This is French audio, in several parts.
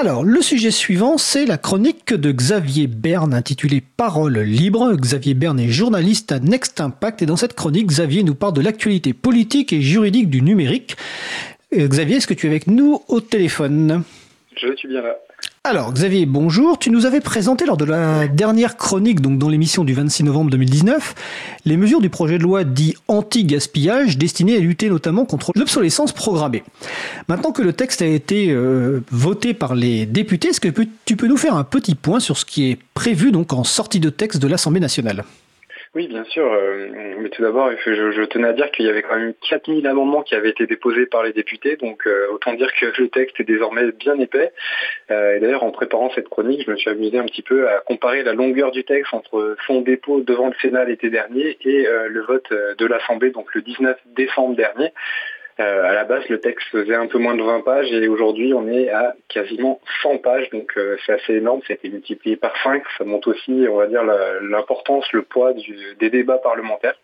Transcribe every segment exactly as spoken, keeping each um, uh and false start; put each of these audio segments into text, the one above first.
Alors, le sujet suivant, c'est la chronique de Xavier Berne intitulée Parole libre. Xavier Berne est journaliste à Next Impact et dans cette chronique, Xavier nous parle de l'actualité politique et juridique du numérique. Euh, Xavier, est-ce que tu es avec nous au téléphone ? Je suis bien là. Alors, Xavier, bonjour. Tu nous avais présenté lors de la dernière chronique, donc dans l'émission du vingt-six novembre deux mille dix-neuf, les mesures du projet de loi dit anti-gaspillage destiné à lutter notamment contre l'obsolescence programmée. Maintenant que le texte a été euh, voté par les députés, est-ce que tu peux nous faire un petit point sur ce qui est prévu donc en sortie de texte de l'Assemblée nationale ? Oui, bien sûr. Euh, mais tout d'abord, je, je tenais à dire qu'il y avait quand même quatre mille amendements qui avaient été déposés par les députés. Donc, euh, autant dire que le texte est désormais bien épais. Euh, et d'ailleurs, en préparant cette chronique, je me suis amusé un petit peu à comparer la longueur du texte entre son dépôt devant le Sénat l'été dernier et euh, le vote de l'Assemblée, donc le dix-neuf décembre dernier. Euh, à la base, le texte faisait un peu moins de vingt pages et aujourd'hui, on est à quasiment cent pages. Donc, euh, c'est assez énorme. Ça a été multiplié par cinq. Ça montre aussi, on va dire, la, l'importance, le poids du, des débats parlementaires.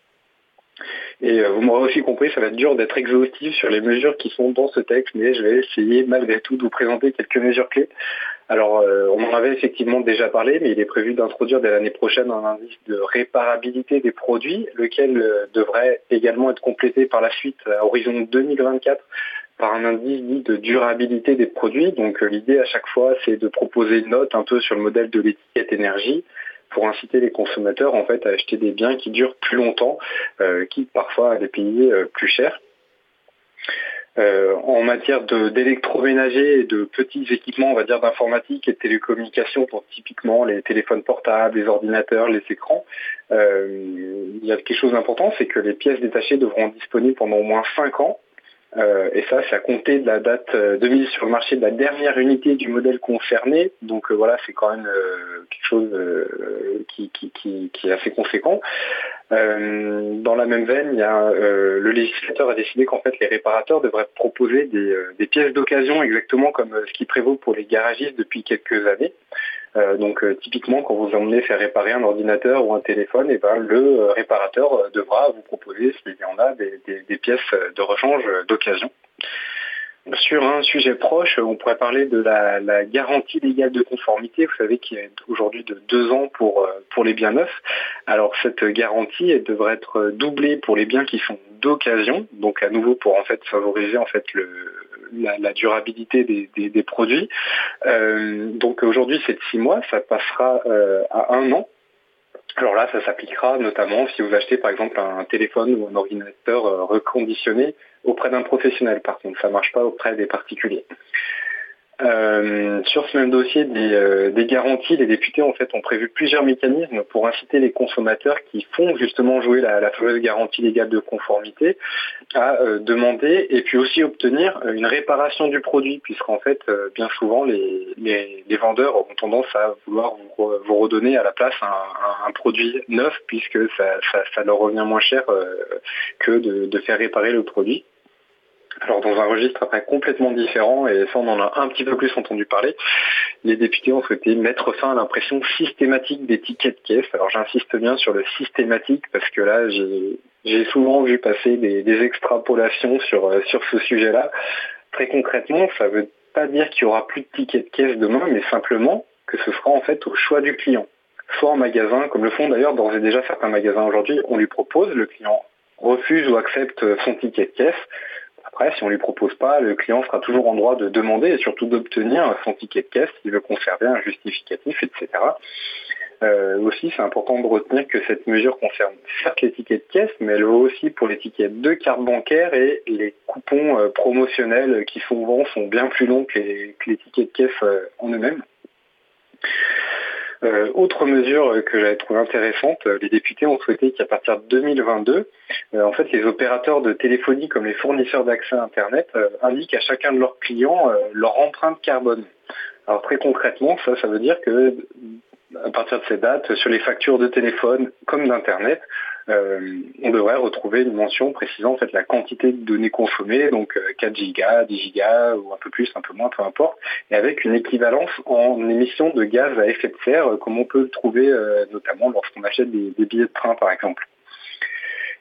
Et euh, vous m'aurez aussi compris, ça va être dur d'être exhaustif sur les mesures qui sont dans ce texte, mais je vais essayer malgré tout de vous présenter quelques mesures clés. Alors, euh, on en avait effectivement déjà parlé, mais il est prévu d'introduire dès l'année prochaine un indice de réparabilité des produits, lequel euh, devrait également être complété par la suite à horizon deux mille vingt-quatre par un indice dit de durabilité des produits. Donc, euh, l'idée à chaque fois, c'est de proposer une note un peu sur le modèle de l'étiquette énergie, pour inciter les consommateurs en fait à acheter des biens qui durent plus longtemps, euh, quitte parfois à les payer euh, plus cher. Euh, en matière de, d'électroménager et de petits équipements, on va dire d'informatique et de télécommunications, pour typiquement les téléphones portables, les ordinateurs, les écrans, euh, il y a quelque chose d'important, c'est que les pièces détachées devront être disponibles pendant au moins cinq ans. Euh, et ça, c'est à compter de la date euh, de mise sur le marché de la dernière unité du modèle concerné. Donc euh, voilà, c'est quand même euh, quelque chose euh, qui, qui, qui, qui est assez conséquent. Euh, dans la même veine, il y a, euh, le législateur a décidé qu'en fait les réparateurs devraient proposer des, euh, des pièces d'occasion exactement comme euh, ce qui prévaut pour les garagistes depuis quelques années. Euh, donc euh, typiquement quand vous emmenez faire réparer un ordinateur ou un téléphone, et ben le euh, réparateur euh, devra vous proposer, s'il y en a, des, des, des pièces de rechange euh, d'occasion. Sur un sujet proche, on pourrait parler de la, la garantie légale de conformité. Vous savez qu'il est aujourd'hui de deux ans pour, pour les biens neufs. Alors cette garantie, elle devrait être doublée pour les biens qui sont d'occasion, donc à nouveau pour en fait favoriser en fait le, la, la durabilité des, des, des produits. Euh, donc aujourd'hui c'est de six mois, ça passera euh, à un an. Alors là, ça s'appliquera notamment si vous achetez par exemple un téléphone ou un ordinateur euh, reconditionné auprès d'un professionnel. Par contre, ça ne marche pas auprès des particuliers. Euh, sur ce même dossier des, euh, des garanties, les députés en fait ont prévu plusieurs mécanismes pour inciter les consommateurs qui font justement jouer la, la fameuse garantie légale de conformité à euh, demander et puis aussi obtenir une réparation du produit, puisqu'en fait euh, bien souvent les, les, les vendeurs ont tendance à vouloir vous, vous redonner à la place un, un, un produit neuf, puisque ça, ça, ça leur revient moins cher euh, que de, de faire réparer le produit. Alors dans un registre après complètement différent, et ça on en a un petit peu plus entendu parler, les députés ont souhaité mettre fin à l'impression systématique des tickets de caisse. Alors j'insiste bien sur le systématique parce que là j'ai, j'ai souvent vu passer des, des extrapolations sur, sur ce sujet-là. Très concrètement, ça ne veut pas dire qu'il n'y aura plus de tickets de caisse demain, mais simplement que ce sera en fait au choix du client. Soit en magasin, comme le font d'ailleurs d'ores et déjà certains magasins aujourd'hui, on lui propose, le client refuse ou accepte son ticket de caisse. Après, si on ne lui propose pas, le client sera toujours en droit de demander et surtout d'obtenir son ticket de caisse s'il veut conserver un justificatif, et cetera. Euh, aussi, c'est important de retenir que cette mesure concerne certes les tickets de caisse, mais elle vaut aussi pour les tickets de carte bancaire et les coupons euh, promotionnels qui souvent sont bien plus longs que les, que les tickets de caisse euh, en eux-mêmes. Euh, autre mesure que j'avais trouvée intéressante, les députés ont souhaité qu'à partir de deux mille vingt-deux, euh, en fait, les opérateurs de téléphonie comme les fournisseurs d'accès à Internet euh, indiquent à chacun de leurs clients euh, leur empreinte carbone. Alors très concrètement, ça, ça veut dire que à partir de ces dates, sur les factures de téléphone comme d'Internet, euh, on devrait retrouver une mention précisant en fait la quantité de données consommées, donc euh, quatre gigas, dix gigas ou un peu plus, un peu moins, peu importe, et avec une équivalence en émissions de gaz à effet de serre, euh, comme on peut le trouver euh, notamment lorsqu'on achète des, des billets de train par exemple.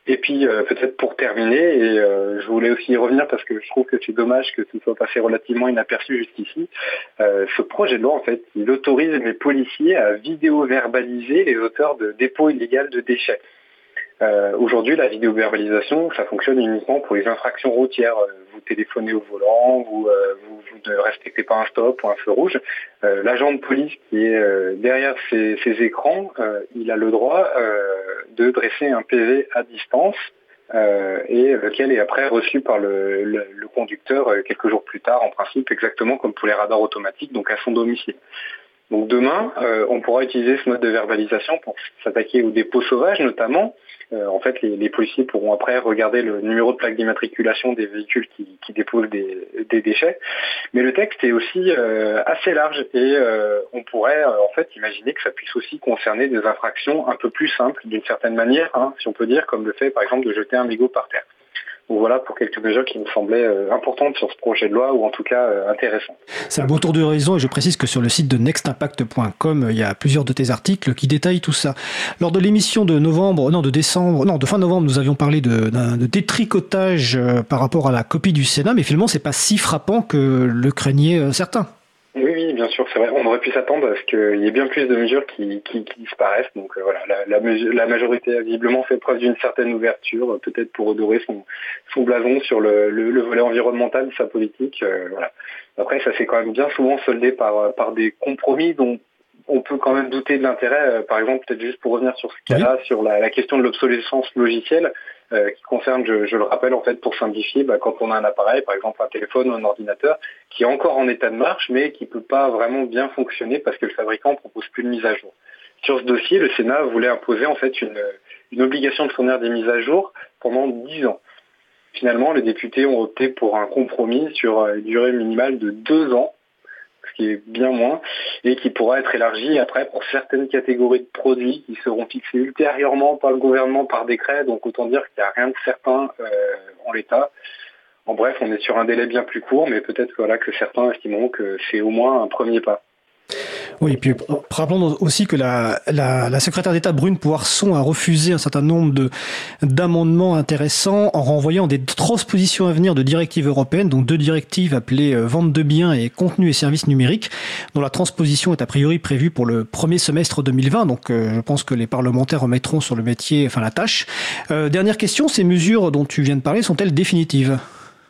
Et puis euh, peut-être pour terminer, et euh, je voulais aussi y revenir parce que je trouve que c'est dommage que ce soit passé relativement inaperçu jusqu'ici, euh, ce projet de loi en fait, il autorise les policiers à vidéo-verbaliser les auteurs de dépôts illégaux de déchets. Euh, aujourd'hui, la vidéo-verbalisation, ça fonctionne uniquement pour les infractions routières. Euh, vous téléphonez au volant, vous, euh, vous, vous ne respectez pas un stop ou un feu rouge. Euh, l'agent de police qui est euh, derrière ces, ces écrans, euh, il a le droit euh, de dresser un P V à distance euh, et lequel est après reçu par le, le, le conducteur euh, quelques jours plus tard, en principe, exactement comme pour les radars automatiques, donc à son domicile. Donc demain, euh, on pourra utiliser ce mode de verbalisation pour s'attaquer aux dépôts sauvages notamment. Euh, en fait, les, les policiers pourront après regarder le numéro de plaque d'immatriculation des véhicules qui, qui déposent des, des déchets. Mais le texte est aussi euh, assez large et euh, on pourrait euh, en fait imaginer que ça puisse aussi concerner des infractions un peu plus simples d'une certaine manière, hein, si on peut dire, comme le fait par exemple de jeter un mégot par terre. Donc voilà pour quelques mesures qui me semblaient euh, importantes sur ce projet de loi, ou en tout cas euh, intéressantes. C'est un bon tour d'horizon et je précise que sur le site de next impact point com, il y a plusieurs de tes articles qui détaillent tout ça. Lors de l'émission de novembre, non de décembre, non de fin novembre, nous avions parlé de, d'un, de détricotage euh, par rapport à la copie du Sénat, mais finalement c'est pas si frappant que le craignaient euh, certains. Oui, oui, bien sûr, c'est vrai. On aurait pu s'attendre à ce qu'il y ait bien plus de mesures qui, qui, qui disparaissent. Donc euh, voilà, la, la, mesure, la majorité a visiblement fait preuve d'une certaine ouverture, euh, peut-être pour redorer son, son blason sur le, le, le volet environnemental de sa politique. Euh, voilà. Après, ça s'est quand même bien souvent soldé par, par des compromis dont on peut quand même douter de l'intérêt. Euh, par exemple, peut-être juste pour revenir sur ce cas-là, oui. sur la, la question de l'obsolescence logicielle, Euh, qui concerne, je, je le rappelle en fait pour simplifier, bah, quand on a un appareil, par exemple un téléphone ou un ordinateur, qui est encore en état de marche mais qui peut pas vraiment bien fonctionner parce que le fabricant propose plus de mise à jour. Sur ce dossier, le Sénat voulait imposer en fait une, une obligation de fournir des mises à jour pendant dix ans. Finalement, les députés ont opté pour un compromis sur une durée minimale de deux ans, ce qui est bien moins, et qui pourra être élargi après pour certaines catégories de produits qui seront fixés ultérieurement par le gouvernement par décret, donc autant dire qu'il n'y a rien de certain euh, en l'état. En bref, on est sur un délai bien plus court, mais peut-être voilà, que certains estimeront que c'est au moins un premier pas. Oui, et puis rappelons aussi que la, la, la secrétaire d'État Brune Poirson a refusé un certain nombre de, d'amendements intéressants en renvoyant des transpositions à venir de directives européennes, donc deux directives appelées vente de biens et contenus et services numériques, dont la transposition est a priori prévue pour le premier semestre deux mille vingt. Donc euh, je pense que les parlementaires remettront sur le métier, enfin la tâche. Euh, dernière question, ces mesures dont tu viens de parler sont-elles définitives ?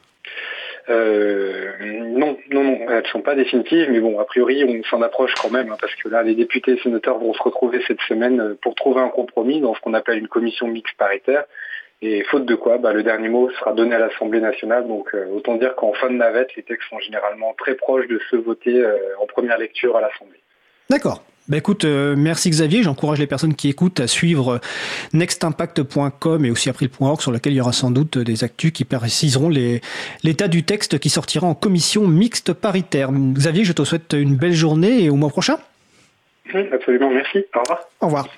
Euh, non, non, non, elles ne sont pas définitives, mais bon, a priori, on s'en approche quand même, hein, parce que là, les députés et sénateurs vont se retrouver cette semaine pour trouver un compromis dans ce qu'on appelle une commission mixte paritaire, et faute de quoi, bah, le dernier mot sera donné à l'Assemblée nationale, donc euh, autant dire qu'en fin de navette, les textes sont généralement très proches de se voter euh, en première lecture à l'Assemblée. D'accord. Bah écoute, euh, merci Xavier, j'encourage les personnes qui écoutent à suivre next impact point com et aussi april point org sur lequel il y aura sans doute des actus qui préciseront les, l'état du texte qui sortira en commission mixte paritaire. Xavier, je te souhaite une belle journée et au mois prochain. Absolument, merci. Au revoir. Au revoir.